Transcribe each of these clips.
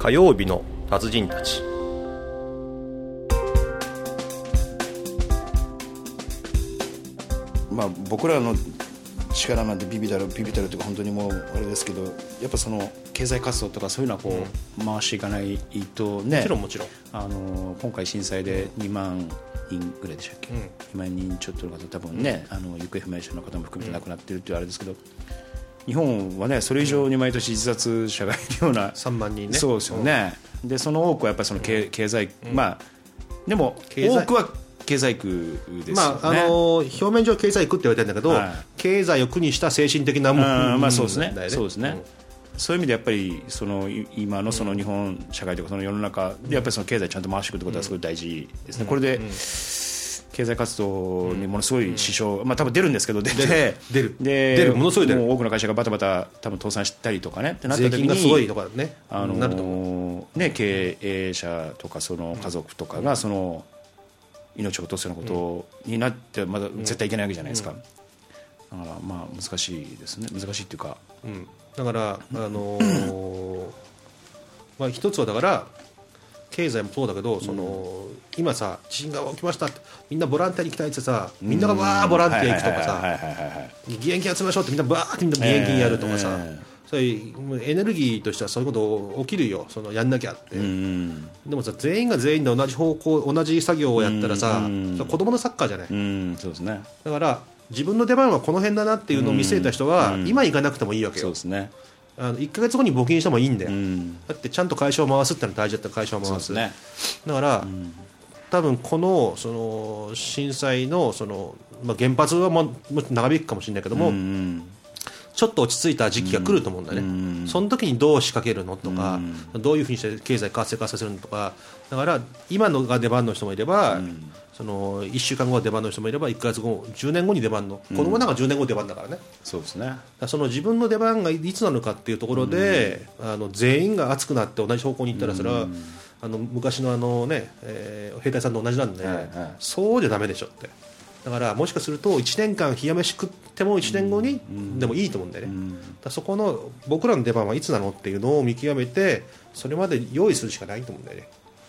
火曜日の達人たち。 まあ、僕らの力なんてビビたるというか本当にもうあれですけど、やっぱその経済活動とかそういうのはこう回していかないとね。 もちろん今回震災で2万人ぐらいでしたっけ、2万人ちょっとの方多分ね、行方不明者の方も含めて亡くなってるっていうあれですけど、日本はねそれ以上に毎年自殺者がいるような、 3万人ね。 そうですよね。でその多くはやっぱりその経済、まあでも多くは経済区ですよね。 まあ表面上経済区って言われてるんだけど、経済を苦にした精神的なもの、 まあそうですね。そうですね。そういう意味でやっぱりその今のその日本社会とかその世の中でやっぱりその経済ちゃんと回していくってことはすごい大事ですね。これで経済活動にものすごい支障、まあ多分出るんですけど、出るものすごい出る。もう多くの会社がバタバタ多分倒産したりとかねってなった時に、税金がすごいとかねなると思うね。経営者とかその家族とかがその命を落とすようなことになってまだ絶対いけないわけじゃないですか。だからまあ難しいですね。難しいっていうか、 だからまあ一つはだから経済もそうだけど、その今さ地震が起きましたってみんなボランティアに行きたいってさ、みんながわーボランティア行くとかさ、義援金集めましょうってみんなバーってみんな義援金やるとかさ、そういうエネルギーとしてはそういうこと起きるよ、そのやんなきゃって。でもさ全員が全員で同じ方向同じ作業をやったらさ、子供のサッカーじゃない。 そうですね。 だから自分の出番はこの辺だなっていうのを見据えた人は今行かなくてもいいわけよ。 そうですね。 1ヶ月後に募金してもいいんだよ。だってちゃんと会社を回すってのは大事だったら会社を回す。だから、多分このその震災のその、まあ、原発はもう長引くかもしれないけども、ちょっと落ち着いた時期が来ると思うんだよね。その時にどう仕掛けるのとか、どういうふうにして経済活性化させるのとか。だから今のが出番の人もいれば、その1週間後が出番の人もいれば1ヶ月後10年後に出番の、子供なんか10年後出番だからね。 そうですね。 その自分の出番がいつなのかっていうところで、全員が熱くなって同じ方向に行ったらそれは昔の兵隊さんと同じなんで、そうじゃダメでしょって。だからもしかすると1年間冷や飯食っても1年後にでもいいと思うんだよね。だそこの僕らの出番はいつなのっていうのを見極めて、それまで用意するしかないと思うんだよね。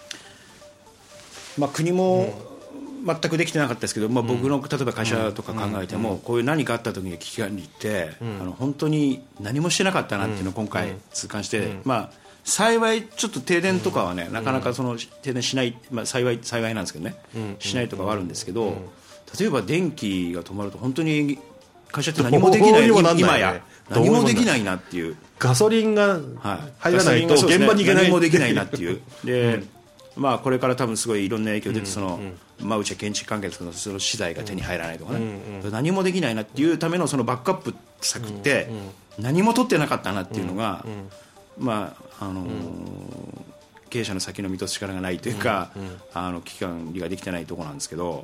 まあ、国も全くできてなかったですけど、まあ、僕の例えば会社とか考えても、こういう何かあった時に危機管理って、本当に何もしてなかったなっていうのを今回痛感して、まあ、幸いちょっと停電とかはね、なかなかその停電しない、まあ、幸いなんですけどね、しないとかはあるんですけど、例えば電気が止まると本当に会社って何もできない、今や何もできないなっていう、 ガソリンが入らないと現場に行けない、 何もできないなっていうで、まあ、これから多分すごいいろんな影響出て、そのまあ、うちは建築関係ですけど、その資材が手に入らないとかね、何もできないなっていうためのそのバックアップ策って何も取ってなかったなっていうのが、まあ経営者の先の見通す力がないというか、危機管理ができてないところなんですけど、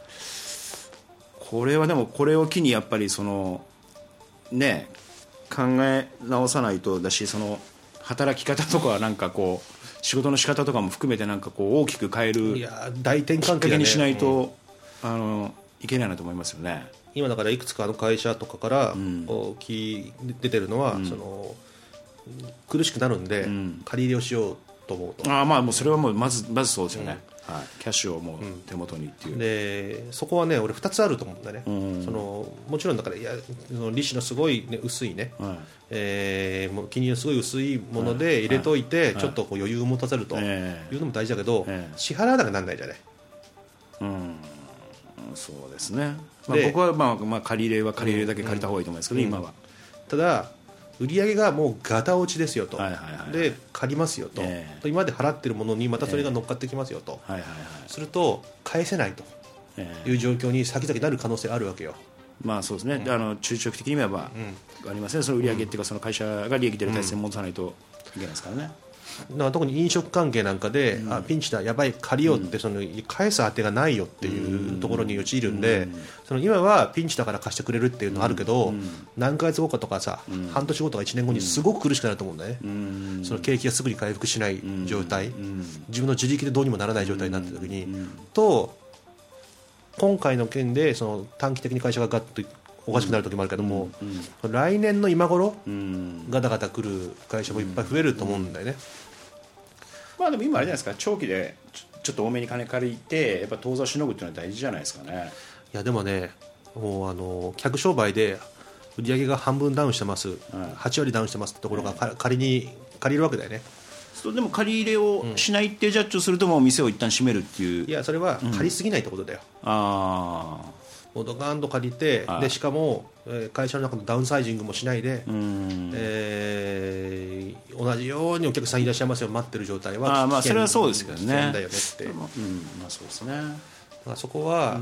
これはでもこれを機にやっぱりそのね考え直さないとだし、その働き方とかなんかこう仕事の仕方とかも含めてなんかこう大きく変える大転換期にしないと、いけないなと思いますよね。 今だからいくつかの会社とかから出てるのは、その苦しくなるんで、借り入れをしようと思うと。 まあもうそれはもうまずそうですよね。キャッシュをもう手元にっていう、 でそこはね俺2つあると思うんだね。そのもちろんだからその利子のすごい、ね、薄いね、もう金利のすごい薄いもので入れといて、ちょっとこう余裕を持たせるというのも大事だけど、支払わなきゃなんないじゃない。 そうですね。まあ、僕はまあ借り入れは借り入れだけ借りた方がいいと思いますけど、今はただ売り上げがもうガタ落ちですよと、で借りますよと、今まで払ってるものにまたそれが乗っかってきますよと、すると返せないという状況に先々なる可能性あるわけよ。 まあそうですね。中長期的に言えばありますね。その売り上げっていうか、その会社が利益出る体制に戻さないといけないですからね。 だから特に飲食関係なんかで、ピンチだやばい借りようって、その返す当てがないよっていうところに陥るんで、その今はピンチだから貸してくれるっていうのはあるけど、何ヶ月後かとかさ、半年後とか1年後にすごく苦しくなると思うんだよね。その景気がすぐに回復しない状態、自分の自力でどうにもならない状態になった時に、と今回の件でその短期的に会社がガッとおかしくなる時もあるけども、来年の今頃ガタガタ来る会社もいっぱい増えると思うんだよね。 まあでも今あれじゃないですか、長期でちょっと多めに金借りてやっぱ当座しのぐっていうのは大事じゃないですかね。 いやでもね、もう客商売で売り上げが半分ダウンしてます、8割ダウンしてますってところが借りるわけだよね。 でも借り入れをしないってジャッジをするともう店を一旦閉めるっていう。 いやそれは借りすぎないってことだよ、もうドカーンと借りて、でしかも会社の中のダウンサイジングもしないで、同じようにお客さんいらっしゃいますよ待ってる状態はまあそれはそうですけどね、 危険だよねって、 まあそうですね。 そこは、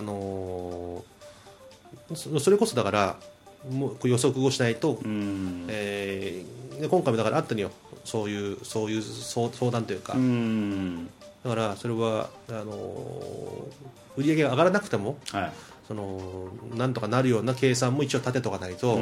それこそだからもう予測をしないと、今回もだからあったのよ、そういう相談というか、だからそれは売り上げが上がらなくても、なんとかなるような計算も一応立てとかないと、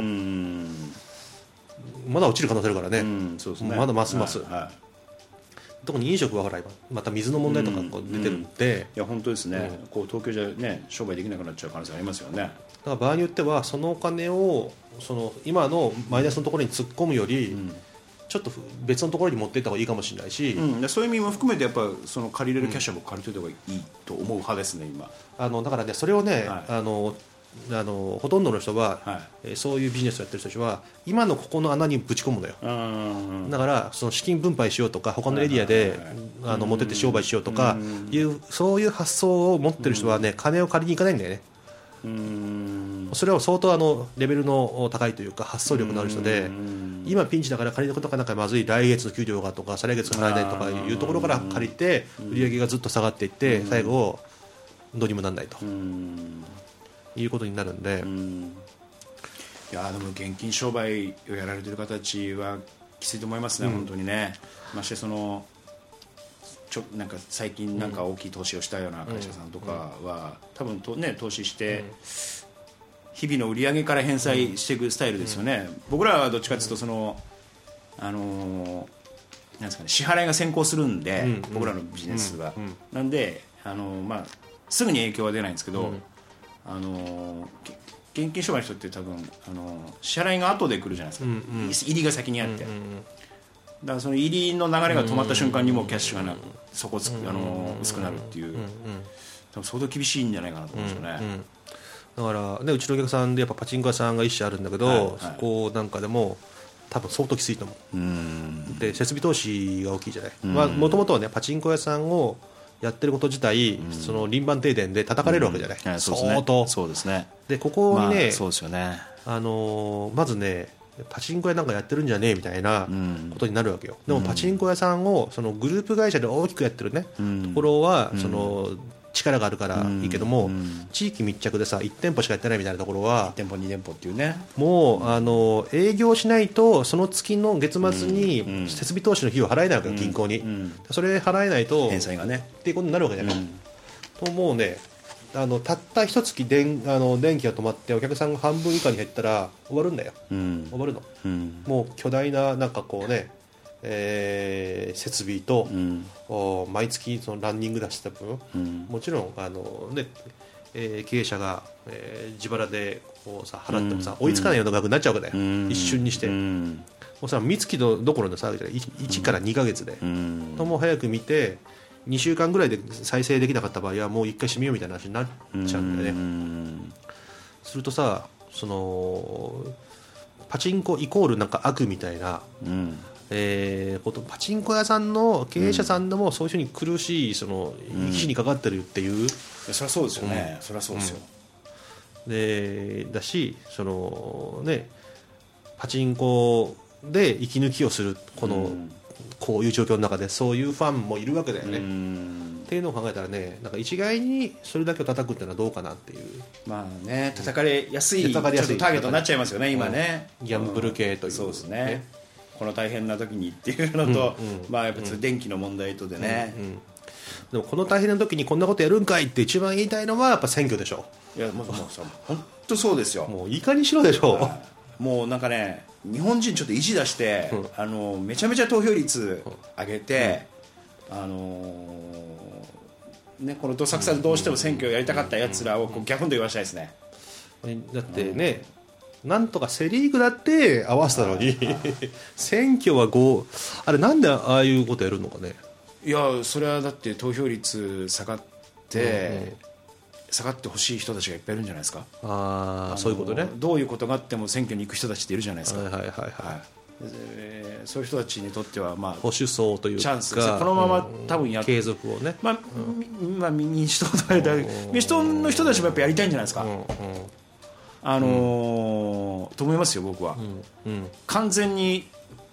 まだ落ちる可能性あるからね、 そうですね、 まだますます、特に飲食はほら今また水の問題とかこう出てるんで、 いや本当ですね、こう東京じゃね商売できなくなっちゃう可能性ありますよね。 だから場合によってはそのお金を今のマイナスのところに突っ込むより、ちょっと別のところに持っていった方がいいかもしれないし、 そういう意味も含めてやっぱその借りれるキャッシュは僕借りといた方がいいと思う派ですね今。 だからねそれをね、ほとんどの人は、そういうビジネスをやってる人たちは今のここの穴にぶち込むのよ。だからその資金分配しようとか他のエリアで持ってって商売しようとかそういう発想を持ってる人はね、金を借りに行かないんだよね。それは相当レベルの高いというか発想力のある人で、今ピンチだから借りることがなんかまずい、来月の給料がとか再来月払えないとかいうところから借りて売り上げがずっと下がっていって最後どうにもなんないということになるんで、 いやでも現金商売をやられてる方たちはきついと思いますね、本当にね。ましてなんか最近なんか大きい投資をしたような会社さんとかは、多分投資して日々の売り上げから返済していくスタイルですよね。僕らはどっちかというとなんですかね、支払いが先行するんで、僕らのビジネスは、なんでまあ、すぐに影響は出ないんですけど、現金商売の人って多分支払いが後で来るじゃないですか、入りが先にあって、だからその入りの流れが止まった瞬間にもうキャッシュが薄くなるっていう、多分相当厳しいんじゃないかなと思うんですよね。 だからね、うちのお客さんでやっぱパチンコ屋さんが一社あるんだけど、そこなんかでも多分相当きついと思う。で設備投資が大きいじゃない。もともとはねパチンコ屋さんをやってること自体、その輪番停電で叩かれるわけじゃない。相当。そうですね。でここにね、そうですよね。まずね、パチンコ屋なんかやってるんじゃねえみたいなことになるわけよ。でもパチンコ屋さんをそのグループ会社で大きくやってるね、ところはその力があるからいいけども、地域密着でさ1店舗しかやってないみたいなところは 1店舗2店舗っていうね、 もう営業しないとその月の月末に設備投資の費用払えないわけよ、銀行に。それ払えないと返済がねっていうことになるわけじゃない。ともうね、たった一月電気が止まってお客さんが半分以下に減ったら終わるんだよ。終わるの。もう巨大ななんかこうね、設備と、毎月そのランニング出した分、もちろん経営者が、自腹でこうさ払ってもさ、追いつかないような額になっちゃうわけだよ、一瞬にして。もうさ三月どころのさ1から2ヶ月で、とも早く見て2週間ぐらいで再生できなかった場合はもう1回閉めようみたいな話になっちゃうんだよね。するとさ、そのパチンコイコールなんか悪みたいな、パチンコ屋さんの経営者さんでもそういうふうに苦しいその生死にかかってるっていう、 そりゃそうですよね、そりゃそうですよ。 でだしそのね、パチンコで息抜きをするこういう状況の中でそういうファンもいるわけだよね。っていうのを考えたらね、なんか一概にそれだけを叩くっていうのはどうかなっていう。 まあね、叩かれやすいちょっとターゲットになっちゃいますよね今ね、 ギャンブル系という。 そうですね、この大変な時にっていうのと、まあやっぱ電気の問題とでね、 でもこの大変な時にこんなことやるんかいって一番言いたいのはやっぱ選挙でしょ。 いやもう本当そうですよ。 もういかにしろでしょう。もうなんかね、日本人ちょっと意地出して、めちゃめちゃ投票率上げて、ね、このどさくさでどうしても選挙をやりたかったやつらをギャフンと言わせたいですね。 だってね、なんとかセ・リーグだって合わせたのに選挙はあれなんでああいうことやるのかね。 いやそれはだって投票率下がって、下がってほしい人たちがいっぱいいるんじゃないですか。 そういうことね。 どういうことがあっても選挙に行く人たちっているじゃないですか。そういう人たちにとっては、 保守層というかチャンスです。このまま多分継続をね、 民主党と民主党の人たちもやっぱやりたいんじゃないですか。と思いますよ僕は。完全に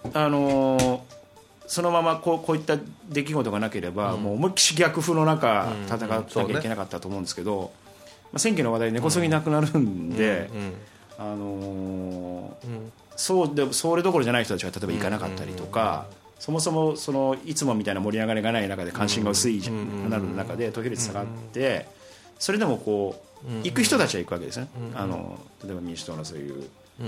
そのままこういった出来事がなければ、もう思いっきり逆風の中戦わなきゃいけなかったと思うんですけど、選挙の話題根こそぎなくなるんで、それどころじゃない人たちが例えば行かなかったりとか、そもそもいつもみたいな盛り上がりがない中で関心が薄いなる中で投票率下がって、それでもこう行く人たちは行くわけですね。例えば民主党のそういう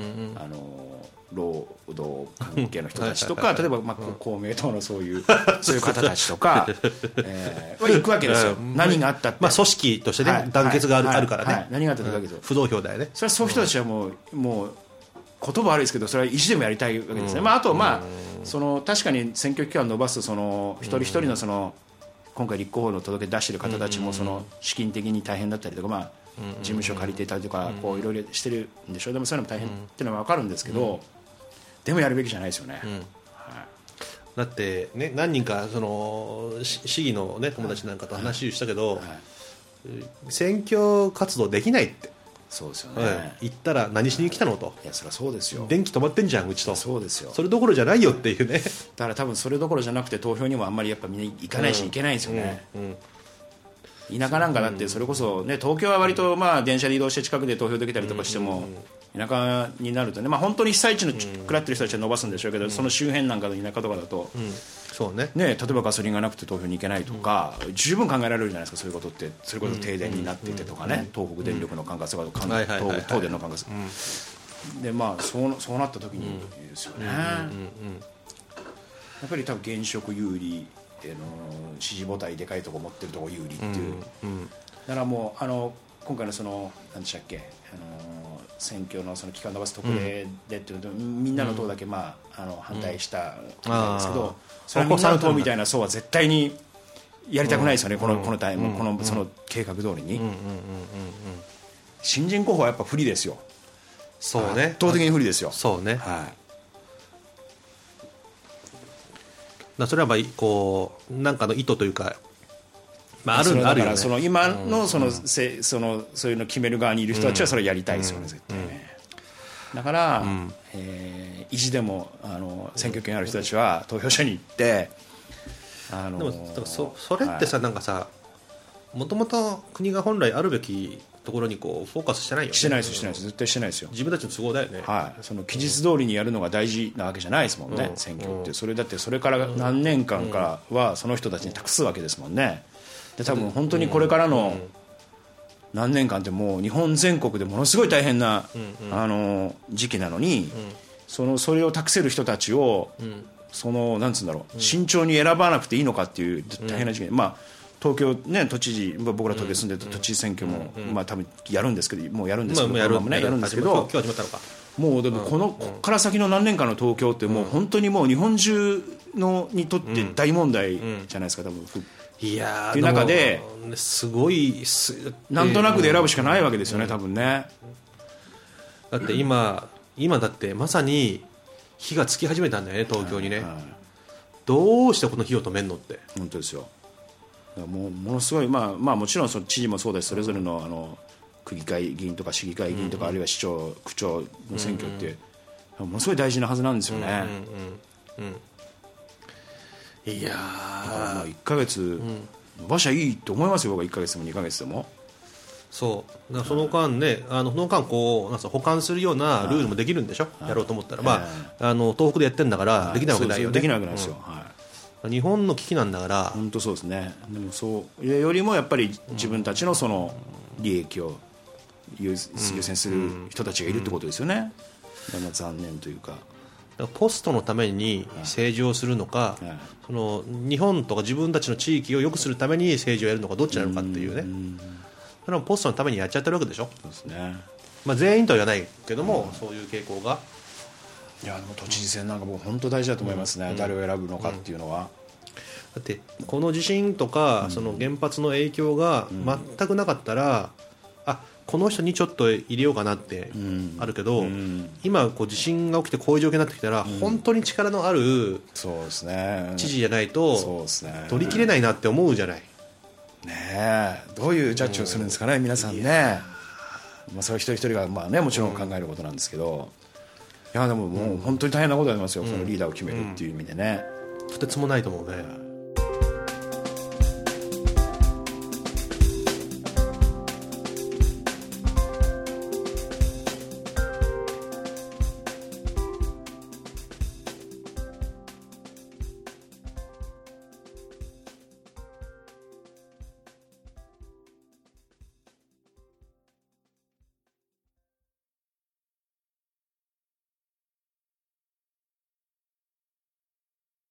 労働関係の人たちとか、例えば公明党のそういう方たちとか行くわけですよ。何があったって組織としてね、団結があるからね。 何があったってわけですよ。 不動票だよね。 それはそういう人たちはもう言葉悪いですけど、それは意地でもやりたいわけですね。あと確かに選挙期間を延ばす一人一人の今回立候補の届け出している方たちも資金的に大変だったりとか、事務所借りていたりとかいろいろしてるんでしょう。でもそういうのも大変っていうのは分かるんですけど、でもやるべきじゃないですよね。 だってね、何人か市議の友達なんかと話をしたけど、選挙活動できないって。 そうですよね。 行ったら何しに来たのと。 いやそりゃそうですよ。 電気止まってんじゃんうちと。 そうですよ。 それどころじゃないよっていうね。 だから多分それどころじゃなくて、投票にもあんまりやっぱみんな行かないし、行けないんですよね。田舎なんかだってそれこそね、東京は割と電車で移動して近くで投票できたりとかしても、田舎になるとね、本当に被災地の食らってる人たちは伸ばすんでしょうけど、その周辺なんかの田舎とかだと、 そうね、 例えばガソリンがなくて投票に行けないとか、十分考えられるじゃないですか。そういうことって、それこそ停電になっていてとかね、東北電力の管轄とか東電の管轄で、そうなった時にですよね。やっぱり多分現職有利支持母体でかいとこ持ってるとこ有利っていう、だからもう今回の何でしたっけ、選挙の期間延ばす特例でっていうのみんなの党だけ反対したみたいですけど、それはみんなの党みたいな層は絶対にやりたくないですよね。このタイム、その計画通りに新人候補はやっぱ不利ですよ。 そうね、 圧倒的に不利ですよ。 そうね、それは何かの意図というか、あるよね。 だから今のそういうの決める側にいる人たちはそれやりたいですよね、絶対ね。だから、意地でも選挙権ある人たちは投票所に行ってでもそれってさ、なんかさ、もともと国が本来あるべきところにフォーカスしてないよね。 してないです、絶対してないですよ。 自分たちの都合だよね。 その期日通りにやるのが大事なわけじゃないですもんね、選挙って。それだってそれから何年間かはその人たちに託すわけですもんね。で多分本当にこれからの何年間ってもう日本全国でものすごい大変な時期なのに、それを託せる人たちをなんつうんだろう、慎重に選ばなくていいのかっていう大変な時期で、東京ね、都知事、僕ら東京住んでる都知事選挙も多分やるんですけど、もうやるんですけど、やるんですけど、もうでもこっから先の何年間の東京ってもう本当にもう日本中にとって大問題じゃないですか、多分。 いやっていう中ですごいなんとなくで選ぶしかないわけですよね、多分ね。 だって今だってまさに火がつき始めたんだよね、東京にね。どうしてこの火を止めるのって。 本当ですよ。ものすごい、もちろん知事もそうです。それぞれの区議会議員とか市議会議員とか、あるいは市長区長の選挙ってものすごい大事なはずなんですよね。 いやー、 1ヶ月伸ばしゃいいと思いますよ、僕は。1ヶ月でも2ヶ月でも。 そうその間ね、その間補完するようなルールもできるんでしょ、やろうと思ったら。東北でやってるんだからできないわけないよね。 できないわけないですよ。 日本の危機なんだから。 本当そうですね。でもそうよりもやっぱり自分たちの利益を優先する人たちがいるってことですよね。残念というか。 ポストのために政治をするのか、日本とか自分たちの地域を良くするために政治をやるのか、どっちなのかっていうね。それはポストのためにやっちゃってるわけでしょ。 そうですね。 全員とは言わないけども、そういう傾向が。 いやでも都知事選なんかもう本当大事だと思いますね。誰を選ぶのかっていうのは。 だってこの地震とか、その原発の影響が全くなかったら、この人にちょっと入れようかなってあるけど、今こう地震が起きてこういう状況になってきたら、本当に力のある知事じゃないと取りきれないなって思うじゃない。 ねえ、どういうジャッジをするんですかね、皆さんね。それは一人一人がもちろん考えることなんですけど、いやでももう本当に大変なことになりますよ、そのリーダーを決めるっていう意味でね。 とてつもないと思うね。